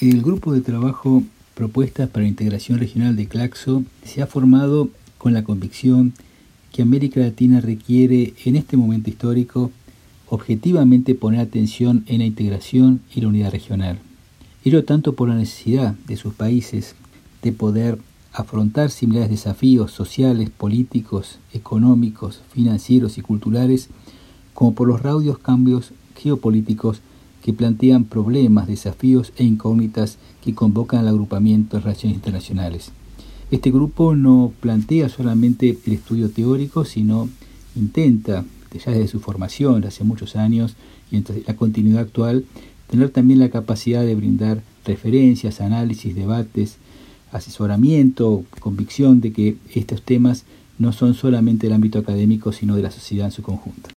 El grupo de trabajo Propuestas para la Integración Regional de Claxo se ha formado con la convicción que América Latina requiere en este momento histórico objetivamente poner atención en la integración y la unidad regional. Ello tanto por la necesidad de sus países de poder afrontar similares desafíos sociales, políticos, económicos, financieros y culturales, como por los raudos cambios geopolíticos que plantean problemas, desafíos e incógnitas que convocan al agrupamiento de relaciones internacionales. Este grupo no plantea solamente el estudio teórico, sino intenta, ya desde su formación, de hace muchos años, y entre la continuidad actual, tener también la capacidad de brindar referencias, análisis, debates, asesoramiento, convicción de que estos temas no son solamente del ámbito académico, sino de la sociedad en su conjunto.